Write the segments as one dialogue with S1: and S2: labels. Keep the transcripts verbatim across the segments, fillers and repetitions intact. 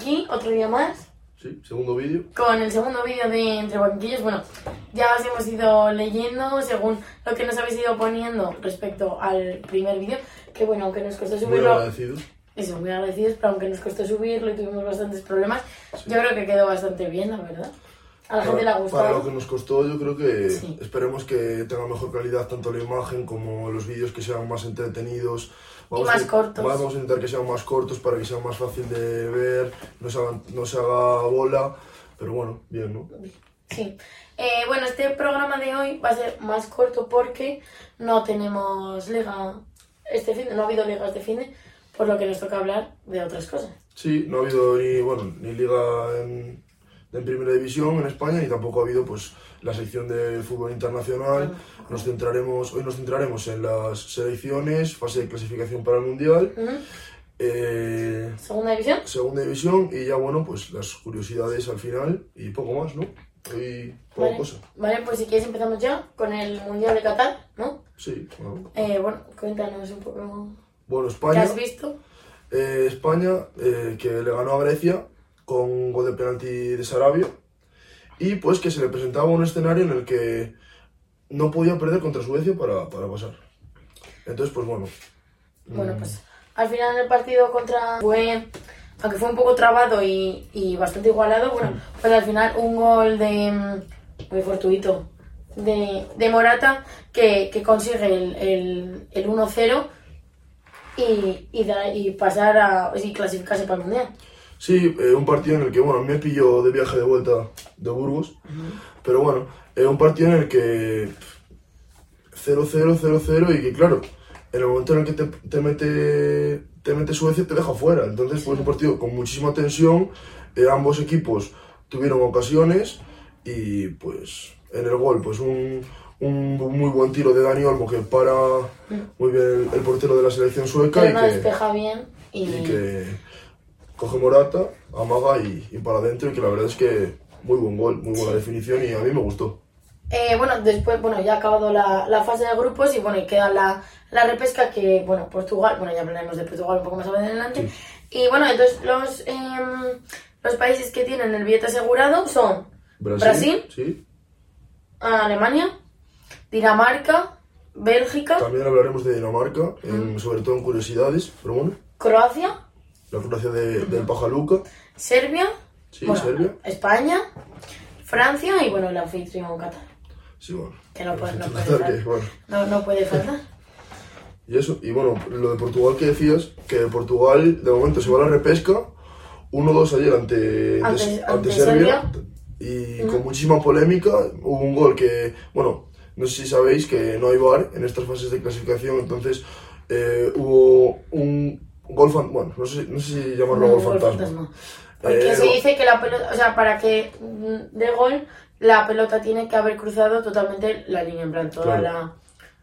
S1: aquí, otro día más.
S2: Sí, segundo vídeo.
S1: Con el segundo vídeo de Entre Banquillos. Bueno, ya os hemos ido leyendo según lo que nos habéis ido poniendo respecto al primer vídeo. Que bueno, aunque nos costó subirlo...
S2: Muy agradecidos.
S1: Eso, muy agradecidos, pero aunque nos costó subirlo y tuvimos bastantes problemas,
S2: Sí.
S1: yo creo que quedó bastante bien, la verdad. A la
S2: Para,
S1: gente le ha gustado.
S2: para lo que nos costó, yo creo que
S1: Sí.
S2: esperemos que tenga mejor calidad tanto la imagen como los vídeos, que sean más entretenidos.
S1: Y más
S2: a,
S1: cortos.
S2: Vamos a intentar que sean más cortos para que sea más fácil de ver, no se, hagan, no se haga bola, pero bueno, bien, ¿no?
S1: Sí. Eh, bueno, este programa de hoy va a ser más corto porque no tenemos liga este fin de, no ha habido liga este fin de, por lo que nos toca hablar de otras cosas.
S2: Sí, no ha habido ni, bueno, ni liga en, en primera división en España, ni tampoco ha habido pues la sección de fútbol internacional. Nos centraremos, hoy nos centraremos en las selecciones, fase de clasificación para el Mundial,
S1: Uh-huh.
S2: eh,
S1: Segunda división.
S2: segunda división y ya bueno, pues las curiosidades al final y poco más, ¿no? Hoy poca
S1: Vale.
S2: cosa.
S1: Vale, pues si quieres empezamos ya con el Mundial de Qatar, ¿no?
S2: Sí, bueno.
S1: Eh, bueno, cuéntanos un poco
S2: Bueno,
S1: qué
S2: España,
S1: has visto.
S2: eh, España eh, que le ganó a Grecia con un gol de penalti de Sarabia y pues que se le presentaba un escenario en el que no podía perder contra Suecia para, para pasar. Entonces, pues bueno.
S1: Bueno,
S2: mm,
S1: pues al final el partido contra fue, aunque fue un poco trabado y, y bastante igualado, bueno, pues al final un gol de mm, muy fortuito de, de Morata que, que consigue el, el, el uno cero y, y, da- y pasar a y clasificarse para el Mundial.
S2: Sí, eh, un partido en el que, bueno, me pilló de viaje de vuelta de Burgos, pero bueno, eh, un partido en el que cero cero, cero cero y que claro, en el momento en el que te, te mete te mete Suecia te deja fuera, entonces pues un partido con muchísima tensión, eh, ambos equipos tuvieron ocasiones y pues en el gol pues un, un muy buen tiro de Dani Olmo que para muy bien el, el portero de la selección sueca
S1: Pero
S2: y
S1: no
S2: que,
S1: despeja bien y,
S2: y que coge Morata, amaga y, y para adentro y que la verdad es que muy buen gol, muy buena definición y a mí me gustó.
S1: Eh, bueno, después, bueno, ya ha acabado la, la fase de grupos y bueno, y queda la, la repesca que, bueno, Portugal, bueno, ya hablaremos de Portugal un poco más adelante.
S2: Sí.
S1: Y bueno, entonces los, em, los países que tienen el billete asegurado son
S2: Brasil,
S1: Brasil,
S2: sí.
S1: Alemania, Dinamarca, Bélgica,
S2: También hablaremos de Dinamarca, en- sobre todo en curiosidades, pero bueno,
S1: Croacia,
S2: la Croacia de, del Pajaluca,
S1: Serbia,
S2: sí,
S1: bueno,
S2: Serbia,
S1: España, Francia y bueno, el anfitrión Qatar,
S2: sí, bueno.
S1: que no puede, no puede
S2: Total,
S1: faltar.
S2: que, bueno.
S1: No, no puede faltar.
S2: Y eso, y bueno, lo de Portugal que decías, que Portugal de momento se va a la repesca, uno dos ayer ante,
S1: Ante-
S2: ante,
S1: ante
S2: Serbia,
S1: Serbia.
S2: y
S1: Ujú.
S2: con muchísima polémica, hubo un gol que, bueno, no sé si sabéis que no hay V A R en estas fases de clasificación, entonces eh, hubo un gol, fan- bueno, no sé, no sé si llamarlo
S1: No,
S2: gol
S1: gol
S2: fantasma.
S1: fantasma. Porque
S2: Eh,
S1: se dice que la pelota, o sea, para que mm, de gol, la pelota tiene que haber cruzado totalmente la línea, en plan, toda
S2: Claro.
S1: la...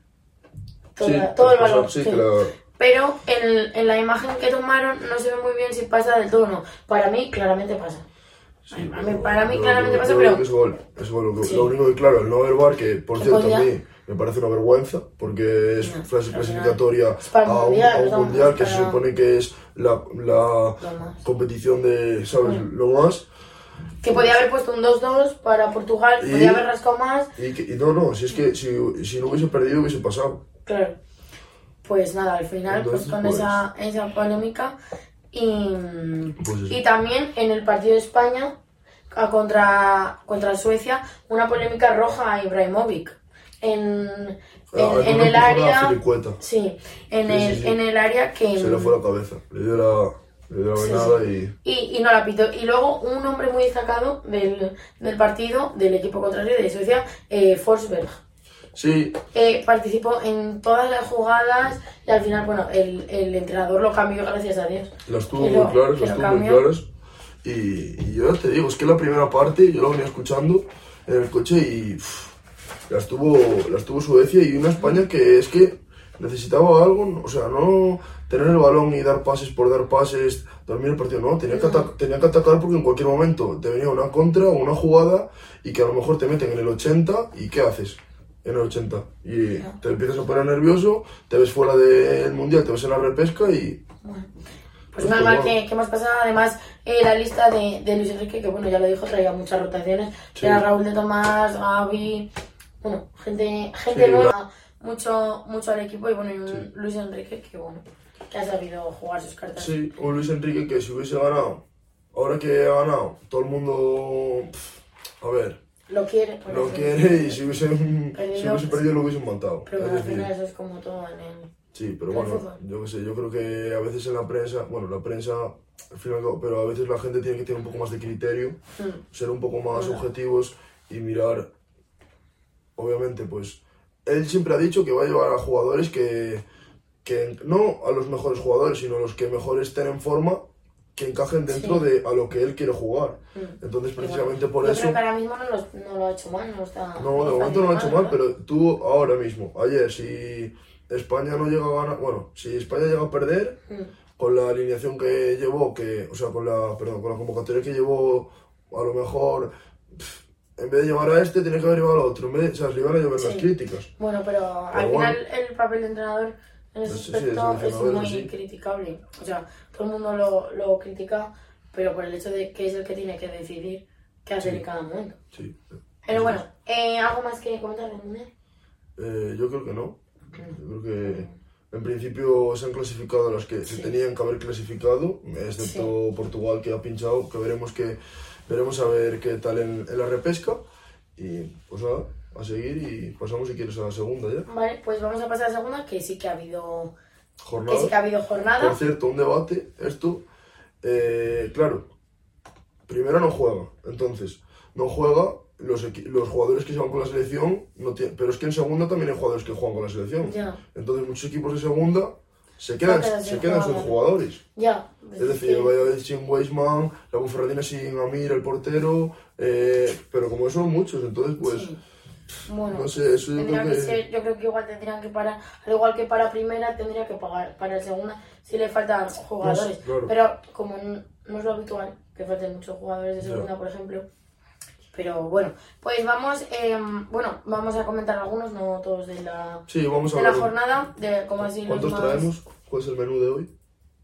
S1: Toda,
S2: sí,
S1: todo el
S2: pues,
S1: balón.
S2: sí,
S1: sí.
S2: que la-
S1: Pero en, en la imagen que tomaron no se ve muy bien si pasa del todo o no. Para mí, claramente pasa.
S2: sí,
S1: A mí-
S2: pero
S1: para mí
S2: yo-
S1: claramente
S2: yo-
S1: pasa,
S2: yo
S1: pero-
S2: creo que es gol, es gol. Lo, que-
S1: Sí.
S2: lo único que, claro, el no ver V A R, que por
S1: Que
S2: cierto
S1: podía-
S2: a mí me parece una vergüenza, porque es
S1: No,
S2: fase
S1: al
S2: clasificatoria
S1: es para el
S2: a un,
S1: mundial,
S2: a un
S1: estamos
S2: mundial que se
S1: para-
S2: supone que es la, la
S1: Lo más.
S2: competición de, ¿sabes?
S1: Mm.
S2: Lo más.
S1: Que podía haber puesto un dos dos para Portugal,
S2: Y-
S1: podía haber rascado más.
S2: Y, que- y no, no, si es que si, si no hubiese perdido hubiese pasado.
S1: Claro. Pues nada, al final,
S2: Entonces,
S1: pues con
S2: pues-
S1: esa, esa polémica. Y,
S2: Pues eso.
S1: y también en el partido de España a contra, contra Suecia, una polémica roja a Ibrahimovic. En, en,
S2: Ah,
S1: en
S2: no
S1: el
S2: empujó una
S1: área.
S2: filicueta.
S1: Sí, en,
S2: Sí,
S1: el,
S2: sí, sí.
S1: en el área que.
S2: Se le fue la cabeza, le dio la, le dio la
S1: Sí,
S2: venada
S1: sí.
S2: y...
S1: Y, y no la pitó. Y luego un hombre muy destacado del, del partido, del equipo contrario de Suecia, eh, Forsberg.
S2: Sí,
S1: Eh, participó en todas las jugadas y al final, bueno, el, el entrenador lo cambió, gracias a Dios.
S2: las tuvo
S1: Que
S2: muy
S1: lo-
S2: claras,
S1: que
S2: las
S1: lo
S2: tuvo muy
S1: cambió.
S2: claras. Y, y yo ya te digo, es que la primera parte yo la venía escuchando en el coche y pff, las tuvo, las tuvo Suecia y una España que es que necesitaba algo, o sea, no tener el balón y dar pases por dar pases, dormir el partido, no, tenía que, ata- tenía que atacar porque en cualquier momento te venía una contra o una jugada y que a lo mejor te meten en el ochenta y ¿qué haces? En el ochenta y te empiezas a poner nervioso, te ves fuera del mundial, te ves en la repesca y
S1: Bueno, Pues nada más que, que más pasada, además eh, la lista de, de Luis Enrique, que bueno, ya lo dijo, traía muchas rotaciones,
S2: Sí.
S1: era Raúl de Tomás, Gavi, bueno, gente, gente
S2: Sí,
S1: nueva, mucho, mucho al equipo y bueno, y un
S2: Sí.
S1: Luis Enrique que bueno, que ha sabido jugar sus cartas.
S2: Sí, un Luis Enrique que si hubiese ganado, ahora que ha ganado, todo el mundo, pff, a ver,
S1: Lo quiere, por
S2: lo
S1: eso.
S2: quiere y si hubiesen,
S1: Perdido,
S2: si hubiese perdido lo hubiesen matado.
S1: Pero
S2: Es
S1: al
S2: decir,
S1: final eso es como todo en el...
S2: sí, pero
S1: en el
S2: bueno,
S1: fútbol.
S2: yo qué sé, yo creo que a veces en la prensa, bueno, la prensa, al fin y al cabo, pero a veces la gente tiene que tener un poco más de criterio,
S1: Mm.
S2: ser un poco más
S1: Bueno.
S2: objetivos y mirar, obviamente, pues, él siempre ha dicho que va a llevar a jugadores que, que no a los mejores jugadores, sino a los que mejor estén en forma, que encajen dentro
S1: Sí.
S2: de a lo que él quiere jugar.
S1: Mm.
S2: Entonces,
S1: Y
S2: precisamente
S1: bueno,
S2: por
S1: yo
S2: eso...
S1: creo que ahora mismo no lo, no lo ha hecho mal, no está...
S2: No, de
S1: está
S2: momento no lo ha hecho
S1: haciendo
S2: mal,
S1: ¿verdad?
S2: pero tú ahora mismo, ayer, si España no llega a ganar, bueno, si España llega a perder,
S1: Mm.
S2: con la alineación que llevó, que, o sea, con la, perdón, con la convocatoria que llevó, a lo mejor, pff, en vez de llevar a este, tiene que haber llevado al otro, en vez de, o sea, le iban a llover
S1: Sí.
S2: las críticas.
S1: Bueno, pero, al
S2: bueno.
S1: final el papel de entrenador en ese
S2: Sí, sí,
S1: aspecto
S2: el
S1: es
S2: seleccionador,
S1: muy
S2: sí.
S1: criticable. O sea, todo el mundo lo, lo critica, pero por el hecho de que es el que tiene que decidir qué hacer
S2: Sí.
S1: en cada momento.
S2: Sí.
S1: Pero bueno, eh, ¿algo más que comentar del Mundial?
S2: Eh, yo creo que no. Yo creo que en principio se han clasificado las que
S1: Sí.
S2: se tenían que haber clasificado, excepto Portugal que ha pinchado, que veremos que veremos a ver qué tal en, en la repesca. Y pues nada, a seguir y pasamos si quieres a la segunda ya.
S1: Vale, pues vamos a pasar a la segunda, que sí que ha habido, que
S2: Jornada.
S1: sí que ha habido jornada.
S2: Por cierto, un debate, esto, eh, claro, primero no juega, entonces, no juega los, equi- los jugadores que se van con la selección, no tiene- pero es que en segunda también hay jugadores que juegan con la selección.
S1: Ya,
S2: Entonces muchos equipos de segunda se quedan,
S1: quedan
S2: se
S1: sin
S2: quedan sin
S1: jugadores.
S2: jugadores.
S1: ya.
S2: Es decir, el Valladolid sin Weisman, la Ponferradina sin Amir, el portero, eh, pero como son muchos, entonces pues,
S1: Sí. Bueno,
S2: no sé, eso yo
S1: tendría
S2: creo
S1: que
S2: que...
S1: ser, yo creo que igual tendrían que parar, al igual que para primera tendría que pagar, para segunda si le faltan jugadores,
S2: claro.
S1: pero como n- no es lo habitual que falten muchos jugadores de segunda,
S2: Ya.
S1: por ejemplo, pero bueno, pues vamos, eh, bueno, vamos a comentar algunos, no todos de la,
S2: Sí, vamos a
S1: de la
S2: ver
S1: jornada, de como así los
S2: cuántos
S1: más,
S2: traemos, cuál es el menú de hoy.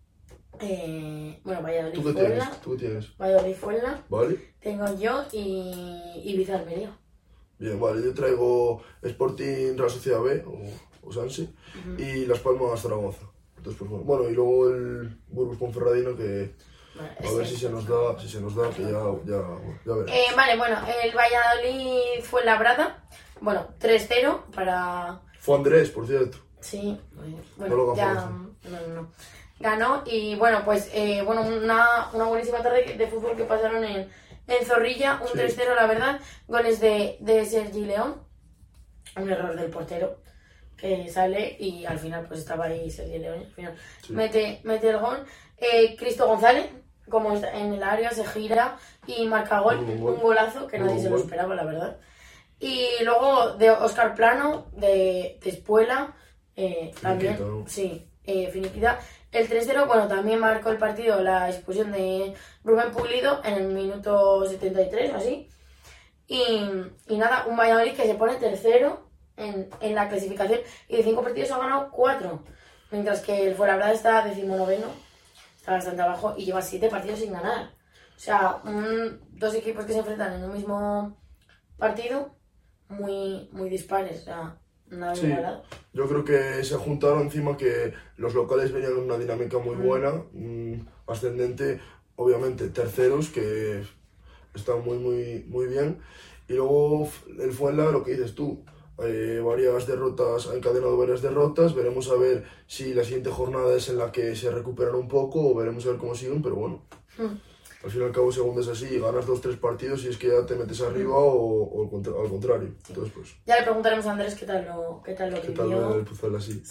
S1: eh, bueno, Valladolid
S2: ¿Tú qué
S1: Fuenla,
S2: tienes? ¿Tú qué tienes?
S1: Valladolid Fuenla,
S2: ¿Vale?
S1: tengo yo y Ibiza Almería.
S2: Bien, vale, yo traigo Sporting Real Sociedad B o, o Sanse y Las Palmas Zaragoza. Entonces, pues bueno, bueno, y luego el Burgos Ponferradina que
S1: Bueno,
S2: a ver
S1: ese-
S2: si se nos da, si se nos da, que ya, ya, ya veremos.
S1: Eh, vale, bueno, el Valladolid fue labrada. Bueno, tres cero para...
S2: Fue Andrés, por cierto.
S1: Sí,
S2: No lo
S1: bueno, ya...
S2: gafamos,
S1: No, no, no. Ganó y bueno, pues eh, bueno, una, una buenísima tarde de fútbol que pasaron en, en Zorrilla. Un
S2: Sí.
S1: tres cero, la verdad. Goles de, de Sergi León. Un error del portero que sale y al final pues estaba ahí Sergi León. Al final
S2: Sí.
S1: mete, mete el gol. Eh, Cristo González, como está en el área, se gira y marca gol.
S2: Muy buen gol.
S1: Un golazo que
S2: Muy
S1: nadie
S2: buen
S1: se lo
S2: gol.
S1: esperaba, la verdad. Y luego de Óscar Plano, de, de Espuela, eh, también,
S2: Finiquita, ¿no?
S1: sí, eh, finiquita. El tres cero, bueno, también marcó el partido la expulsión de Rubén Pulido en el minuto setenta y tres o así. Y, y nada, un Valladolid que se pone tercero en, en la clasificación y de cinco partidos ha ganado cuatro. Mientras que el Fuenlabrada está decimonoveno, está bastante abajo y lleva siete partidos sin ganar. O sea, un- dos equipos que se enfrentan en un mismo partido, muy, muy dispares, o sea, nada
S2: Sí.
S1: igualado.
S2: Yo creo que se juntaron encima que los locales venían en una dinámica muy buena, mm, ascendente, obviamente terceros que están muy muy muy bien y luego el Fuenla, lo que dices tú, eh, varias derrotas, ha encadenado varias derrotas, veremos a ver si la siguiente jornada es en la que se recuperan un poco o veremos a ver cómo siguen, pero bueno.
S1: Mm.
S2: Al fin y al cabo, segundo es así, ganas dos, tres partidos y es que ya te metes arriba o, o al, contra- al contrario. Entonces, pues,
S1: Ya le preguntaremos a Andrés qué tal lo, qué tal lo
S2: ¿qué tal
S1: vivió.
S2: el Pucel así?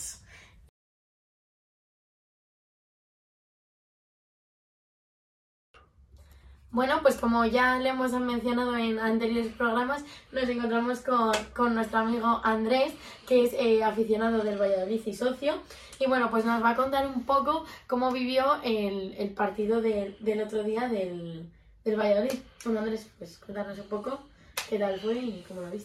S1: Bueno, pues como ya le hemos mencionado en anteriores programas, nos encontramos con, con nuestro amigo Andrés, que es eh, aficionado del Valladolid y socio. Y bueno, pues nos va a contar un poco cómo vivió el, el partido del, del otro día del, del Valladolid. Bueno, Andrés, pues cuéntanos un poco qué tal fue y cómo lo viste.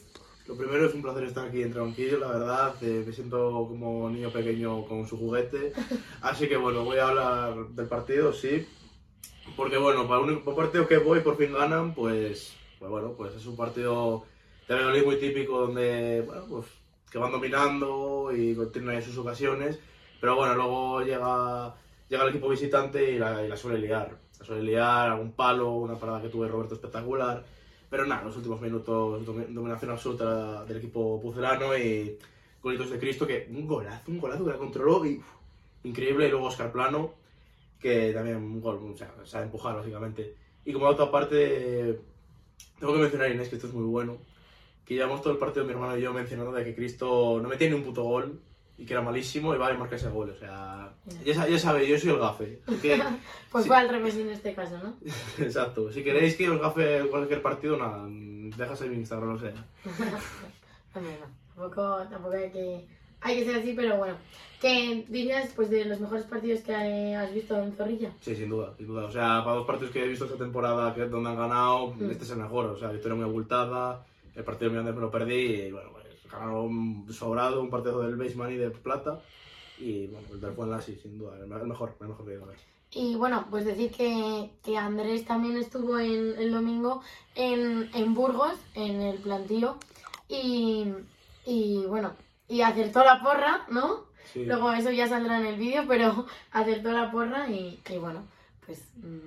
S3: Lo primero es un placer estar aquí entre banquillos, la verdad, eh, me siento como niño pequeño con su juguete, así que bueno, voy a hablar del partido, sí, porque bueno, para un, para un partido que voy por fin ganan, pues, pues bueno, pues es un partido de Valladolid muy típico donde, bueno, pues que van dominando y tienen ahí sus ocasiones, pero bueno, luego llega, llega el equipo visitante y la, y la suele liar, la suele liar, algún palo, una parada que tuve Roberto espectacular. Pero nada, los últimos minutos, dominación absoluta del equipo pucelano y golitos de Cristo, que un golazo, un golazo que la controló y uf, increíble. Y luego Óscar Plano, que también un gol, o sea, sabe empujar básicamente. Y como otra parte, tengo que mencionar a Inés, que esto es muy bueno, que llevamos todo el partido mi hermano y yo mencionando de que Cristo no metía ni un puto gol y que era malísimo y va a marcar ese gol, o sea, ya, ya sabéis, yo soy el gafe. Que,
S1: pues
S3: sí.
S1: fue al revés en este caso, ¿no?
S3: Exacto, si queréis que os gafe cualquier partido, nada, dejas en mi Instagram, no sé.
S1: No, no, tampoco, tampoco hay que, hay que ser así, pero bueno. ¿Qué dirías pues, de los mejores partidos que has visto en Zorrilla?
S3: Sí, sin duda, sin duda. O sea, para dos partidos que he visto esta temporada que donde han ganado, mm. este es el mejor. O sea, victoria muy abultada, el partido de Mirandés me lo perdí y bueno, pues ganaron sobrado, un partido del Baseman y de Plata. Y bueno, el del Fuenla sí, sin duda, el mejor, el mejor que he ido a ver.
S1: Y bueno, pues decir que, que Andrés también estuvo en, el domingo en, en Burgos, en el plantío, y, y bueno, y acertó la porra, ¿no? Sí. Luego eso ya saldrá en el vídeo, pero acertó la porra y, y bueno, pues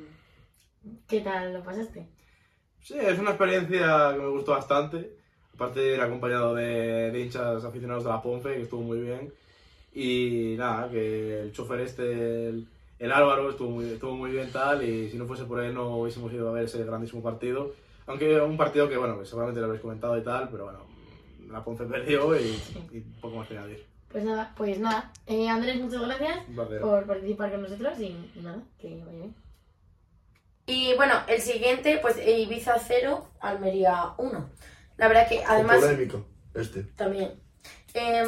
S1: ¿qué tal lo pasaste?
S3: Sí, es una experiencia que me gustó bastante. Aparte de ir acompañado de, de hinchas aficionados de la Ponfe, que estuvo muy bien. Y nada, que el chofer este, el, el Álvaro, estuvo muy, estuvo muy bien tal, y si no fuese por él no hubiésemos ido a ver ese grandísimo partido. Aunque un partido que, bueno, que seguramente lo habéis comentado y tal, pero bueno, la Ponce perdió y, sí. y poco más que añadir.
S1: Pues nada, pues nada. Eh, Andrés, muchas gracias
S3: vale.
S1: por participar con nosotros y, y nada, que vaya bien. Y bueno, el siguiente, pues Ibiza cero, Almería uno. La verdad que además...
S2: polémico, este.
S1: También. Eh,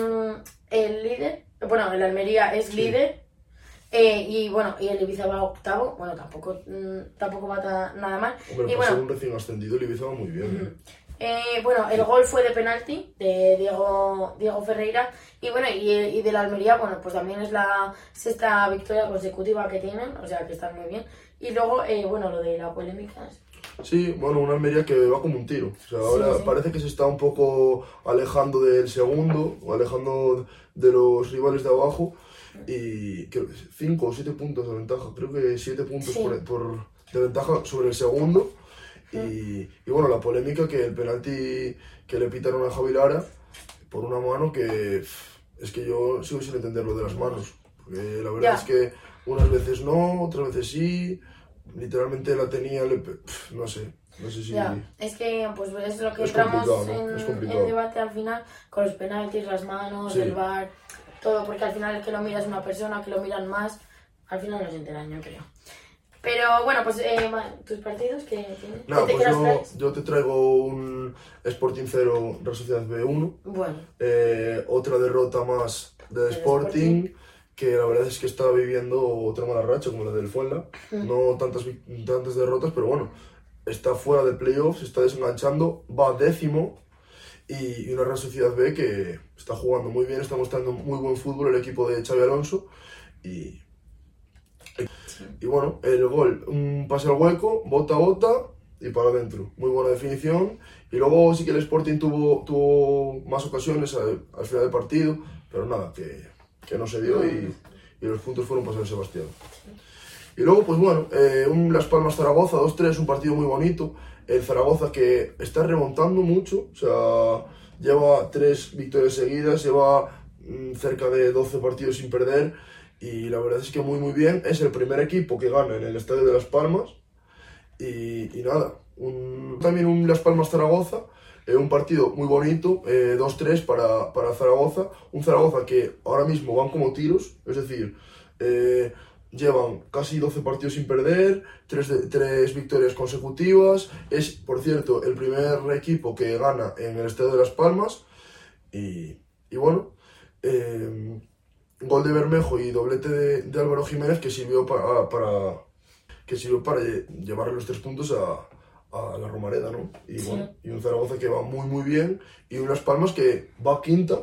S1: el líder, bueno, el Almería es sí. líder. Eh, y bueno, y el Ibiza va octavo. Bueno, tampoco, mmm, tampoco va ta, nada mal.
S2: Hombre,
S1: y
S2: para
S1: bueno,
S2: ser un recién ascendido, el Ibiza va muy bien.
S1: Uh-huh. Eh, bueno, el gol fue de penalti de Diego, Diego Ferreira y bueno, y, y de la Almería, bueno, pues también es la sexta victoria consecutiva que tienen, o sea que están muy bien. Y luego, eh, bueno, lo de la polémica.
S2: Sí, bueno, una Almería que va como un tiro. O sea, ahora sí, sí. parece que se está un poco alejando del segundo, o alejando de los rivales de abajo. Y cinco o siete puntos de ventaja, creo que siete puntos sí. por, por, de ventaja sobre el segundo. Y, y bueno, la polémica que el penalti que le pitaron a Javi Lara por una mano que es que yo sigo sin entender lo de las manos, porque la verdad ya. es que unas veces no, otras veces sí, literalmente la tenía, le, no sé, no sé si...
S1: Ya. Es que pues es lo que es entramos ¿no? en, es en debate al final con los penaltis, las manos, sí. el V A R, todo, porque al final el que lo mira es una persona, que lo miran más, al final no se enteran, yo creo. Pero bueno, pues eh, tus partidos, ¿qué tienes?
S2: Nada, pues yo, yo te traigo un Sporting cero, Real Sociedad B uno.
S1: Bueno.
S2: Eh, otra derrota más de Sporting, Sporting, que la verdad es que está viviendo otra mala racha como la del Fuenla. Mm. No tantas, tantas derrotas, pero bueno, está fuera de playoffs, está desenganchando, va décimo. Y, y una Real Sociedad B que está jugando muy bien, está mostrando muy buen fútbol el equipo de Xabi Alonso. Y... Sí. Y bueno, el gol, un pase al hueco, bota, bota y para adentro. Muy buena definición. Y luego sí que el Sporting tuvo, tuvo más ocasiones al, al final del partido, pero nada, que, que no se dio y, y los puntos fueron para San Sebastián. Y luego, pues bueno, eh, un Las Palmas Zaragoza, dos tres, un partido muy bonito. El Zaragoza que está remontando mucho, o sea, lleva tres victorias seguidas, lleva mmm, cerca de doce partidos sin perder. Y la verdad es que muy muy bien, es el primer equipo que gana en el Estadio de Las Palmas y, y nada, un, también un Las Palmas Zaragoza, eh, un partido muy bonito, eh, dos tres para, para Zaragoza, un Zaragoza que ahora mismo van como tiros, es decir, eh, llevan casi doce partidos sin perder, tres victorias consecutivas, es por cierto el primer equipo que gana en el Estadio de Las Palmas y, y bueno... Eh, gol de Bermejo y doblete de, de Álvaro Jiménez que sirvió para, para, que sirvió para llevarle los tres puntos a, a la Romareda, ¿no? Y,
S1: Sí.
S2: bueno, y un Zaragoza que va muy muy bien y unas Palmas que va quinta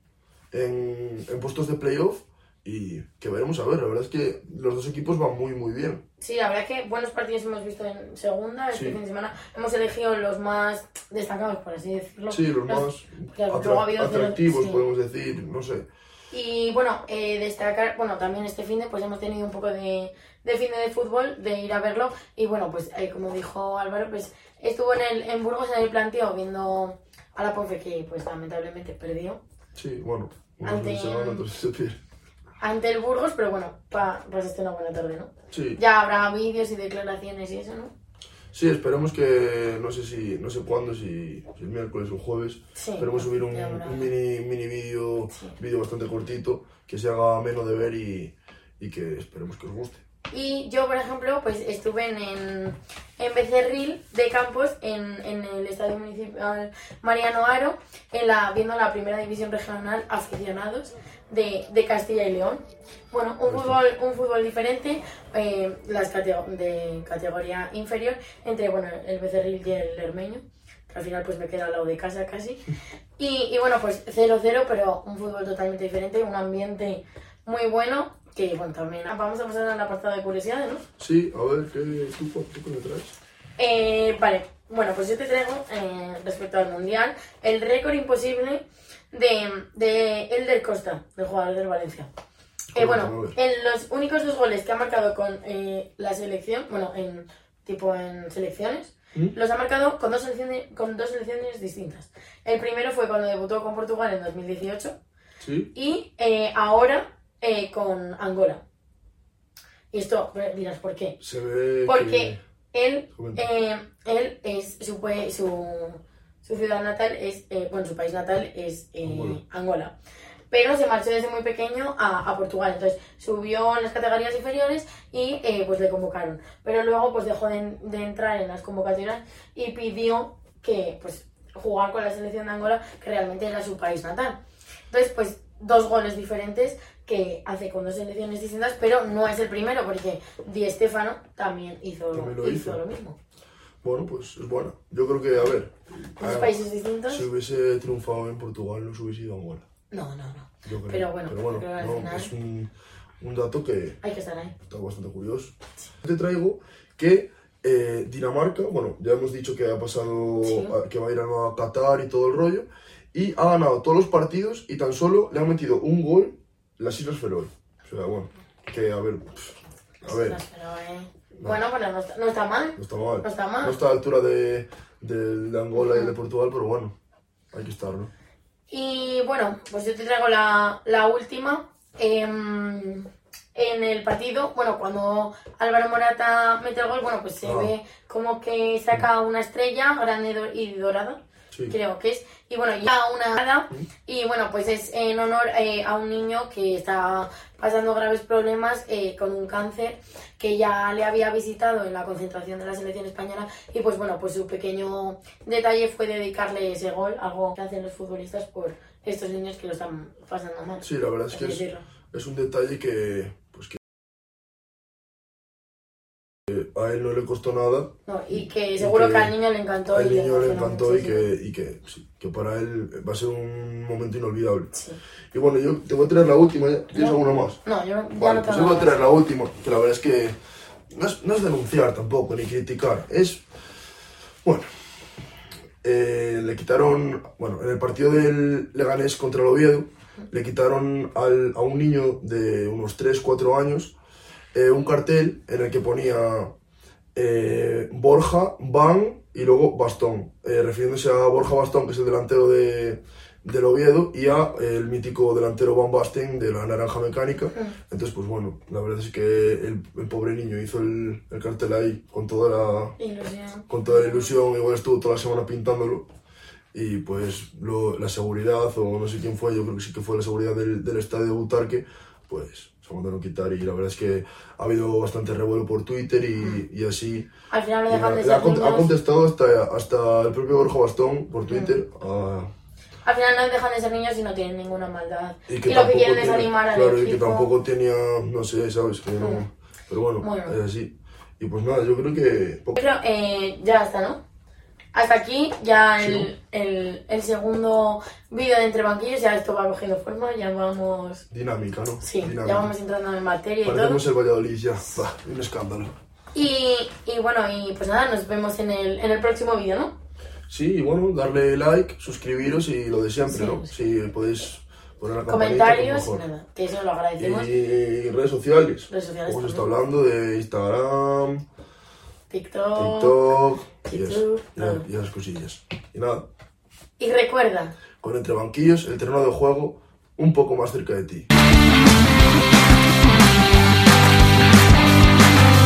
S2: en, en puestos de playoff y que veremos a ver. La verdad es que los dos equipos van muy muy bien.
S1: Sí, la verdad es que buenos partidos hemos visto en segunda, este
S2: Sí.
S1: fin de semana hemos elegido los más destacados, por así decirlo.
S2: Sí, los más
S1: claro,
S2: atra-
S1: luego ha habido cero-
S2: atractivos,
S1: sí.
S2: podemos decir, no sé.
S1: Y bueno, eh, destacar, bueno, también este fin de pues hemos tenido un poco de, de fin de fútbol, de ir a verlo. Y bueno, pues eh, como dijo Álvaro, pues estuvo en, el, en Burgos en el planteo viendo a la Ponfe que pues lamentablemente perdió
S2: Sí, bueno, unos
S1: Ante-
S2: se ganan, otros se pierden.
S1: ante el Burgos, pero bueno, pa, pasaste una buena tarde, ¿no?
S2: Sí.
S1: Ya habrá vídeos y declaraciones y eso, ¿no?
S2: Sí, esperemos que, no sé si, no sé cuándo, si, si el miércoles o el jueves,
S1: Sí,
S2: esperemos subir un,
S1: ya habrá.
S2: un mini, mini vídeo,
S1: Sí.
S2: vídeo bastante cortito, que se haga ameno de ver y, y que esperemos que os guste.
S1: Y yo, por ejemplo, pues estuve en, en, en Becerril de Campos, en, en el Estadio Municipal Mariano Haro, en la, viendo la Primera División Regional Aficionados de, de Castilla y León. Bueno, un fútbol, un fútbol diferente, eh, las catego- de categoría inferior, entre bueno, el Becerril y el Lermeño, que al final pues me queda al lado de casa casi. Y, y bueno, pues cero cero, pero un fútbol totalmente diferente, un ambiente muy bueno, que bueno, también vamos a pasar al apartado de curiosidades, ¿no?
S2: Sí, a ver, ¿qué, tú, ¿tú qué me traes?
S1: Eh, vale, bueno, pues yo te traigo, eh, respecto al Mundial, el récord imposible de, de Elder Costa, del jugador del Valencia. Eh,
S2: Cuéntame,
S1: bueno,
S2: a ver.
S1: en los únicos dos goles que ha marcado con eh, la selección, bueno, en tipo en selecciones,
S2: ¿Mm?
S1: los ha marcado con dos, selecciones, con dos selecciones distintas. El primero fue cuando debutó con Portugal en dos mil dieciocho
S2: ¿Sí?
S1: y eh, ahora eh, con Angola. Y esto dirás, ¿por qué?
S2: Se ve
S1: Porque
S2: que...
S1: él,
S2: Comenta.
S1: eh, él es su, pue- su, su ciudad natal es, eh, bueno, su país natal es eh,
S2: Angola.
S1: Angola. Pero se marchó desde muy pequeño a, a Portugal, entonces subió en las categorías inferiores y eh, pues le convocaron. Pero luego pues dejó de, de entrar en las convocatorias y pidió que pues jugar con la selección de Angola, que realmente era su país natal. Entonces pues dos goles diferentes que hace con dos selecciones distintas, pero no es el primero porque Di Stéfano también hizo,
S2: También lo
S1: hizo
S2: hizo.
S1: lo mismo.
S2: Bueno, pues es buena. Yo creo que, a ver,
S1: Dos
S2: a-
S1: países distintos.
S2: si hubiese triunfado en Portugal no se hubiese ido a Angola.
S1: No, no, no.
S2: Yo creo.
S1: Pero bueno,
S2: Pero bueno,
S1: creo que al
S2: no,
S1: final-
S2: es un, un dato que
S1: Hay que estar ahí.
S2: está bastante curioso. Te traigo que eh, Dinamarca, bueno, ya hemos dicho que ha pasado,
S1: Sí.
S2: a- que va a ir a Qatar y todo el rollo, y ha ganado todos los partidos y tan solo le han metido un gol las Islas Feroe. O sea, bueno, que a ver, pff, a ver,
S1: No, pero, eh, Bueno, pero no está, no está mal.
S2: no está mal.
S1: No está mal.
S2: No está a la altura de, de, de Angola y de Portugal, pero bueno, hay que estar, ¿no?
S1: Y bueno, pues yo te traigo la, la última. Em, en el partido, bueno, cuando Álvaro Morata mete el gol, bueno, pues se
S2: Ah.
S1: ve como que saca una estrella grande do- y dorada,
S2: Sí.
S1: creo que es. Y bueno, ya una dorada. Y bueno, pues es en honor eh, a un niño que está pasando graves problemas eh, con un cáncer que ya le había visitado en la concentración de la selección española. Y pues bueno, pues su pequeño detalle fue dedicarle ese gol, algo que hacen los futbolistas por estos niños que lo están pasando mal.
S2: Sí, la verdad es
S1: Hay
S2: que es,
S1: decirlo.
S2: es un detalle que, pues que a él no le costó nada.
S1: No, y que seguro
S2: que
S1: que al niño le encantó.
S2: Al
S1: y
S2: niño le
S1: emocionó
S2: encantó y
S1: muchísimo.
S2: que, y que, sí, que para él va a ser un momento inolvidable.
S1: Sí.
S2: Y bueno, yo te voy a traer la última, ¿ya? ¿Tienes
S1: No.
S2: alguna más?
S1: No, yo no-
S2: Vale,
S1: ya no
S2: pues
S1: tengo
S2: yo voy a
S1: nada
S2: traer
S1: más.
S2: la última, que la verdad es que no es, no es denunciar tampoco, ni criticar, es... Bueno, eh, le quitaron, bueno, en el partido del Leganés contra el Oviedo, le quitaron al, a un niño de unos tres cuatro años eh, un cartel en el que ponía eh, Borja, Van y luego Bastón, eh, refiriéndose a Borja Bastón, que es el delantero de, del Oviedo, y a eh, el mítico delantero Van Basten de la Naranja Mecánica. Entonces, pues bueno, la verdad es que el, el pobre niño hizo el, el cartel ahí con toda la,
S1: Ilusión.
S2: con toda la ilusión, igual estuvo toda la semana pintándolo. Y pues lo- la seguridad, o no sé quién fue, yo creo que sí que fue la seguridad del, del estadio de Butarque, pues se mandaron quitar. Y la verdad es que ha habido bastante revuelo por Twitter y, y así.
S1: Al final lo
S2: Y
S1: dejan de
S2: ha,
S1: ser
S2: ha cont- ha
S1: niños.
S2: contestado hasta, hasta el propio Borja Bastón por Twitter. a-
S1: Al final no dejan de ser niños y no tienen ninguna maldad.
S2: y
S1: Y,
S2: que
S1: lo que
S2: tampoco
S1: quieren es
S2: tiene-
S1: animar al
S2: claro,
S1: equipo.
S2: y que tampoco tenía, no sé, ¿sabes? Que no,
S1: Mm.
S2: pero bueno,
S1: Bueno.
S2: es así. Y pues nada, yo creo que...
S1: Pero eh, ya está, ¿no? Hasta aquí ya el,
S2: Sí,
S1: el, el segundo vídeo de Entre Banquillos, ya esto va cogiendo forma, ya vamos...
S2: Dinámica, ¿no?
S1: Sí,
S2: Dinámica.
S1: ya vamos entrando en materia y todo.
S2: Parecemos el Valladolid ya. Bah, un escándalo.
S1: Y, y bueno, y pues nada, nos vemos en el, en el próximo vídeo, ¿no?
S2: Sí, y bueno, darle like, suscribiros y lo de siempre,
S1: Sí,
S2: ¿no?
S1: sí.
S2: Si podéis poner la campanita,
S1: Comentarios,
S2: pues mejor.
S1: nada, que eso lo agradecemos.
S2: Y redes sociales.
S1: Redes sociales
S2: Hemos
S1: también.
S2: estado hablando de Instagram,
S1: TikTok.
S2: TikTok y, eso,
S1: YouTube,
S2: y,
S1: todo.
S2: y esas cosillas. Y nada,
S1: Y recuerda,
S2: con Entre Banquillos, el terreno de juego un poco más cerca de ti.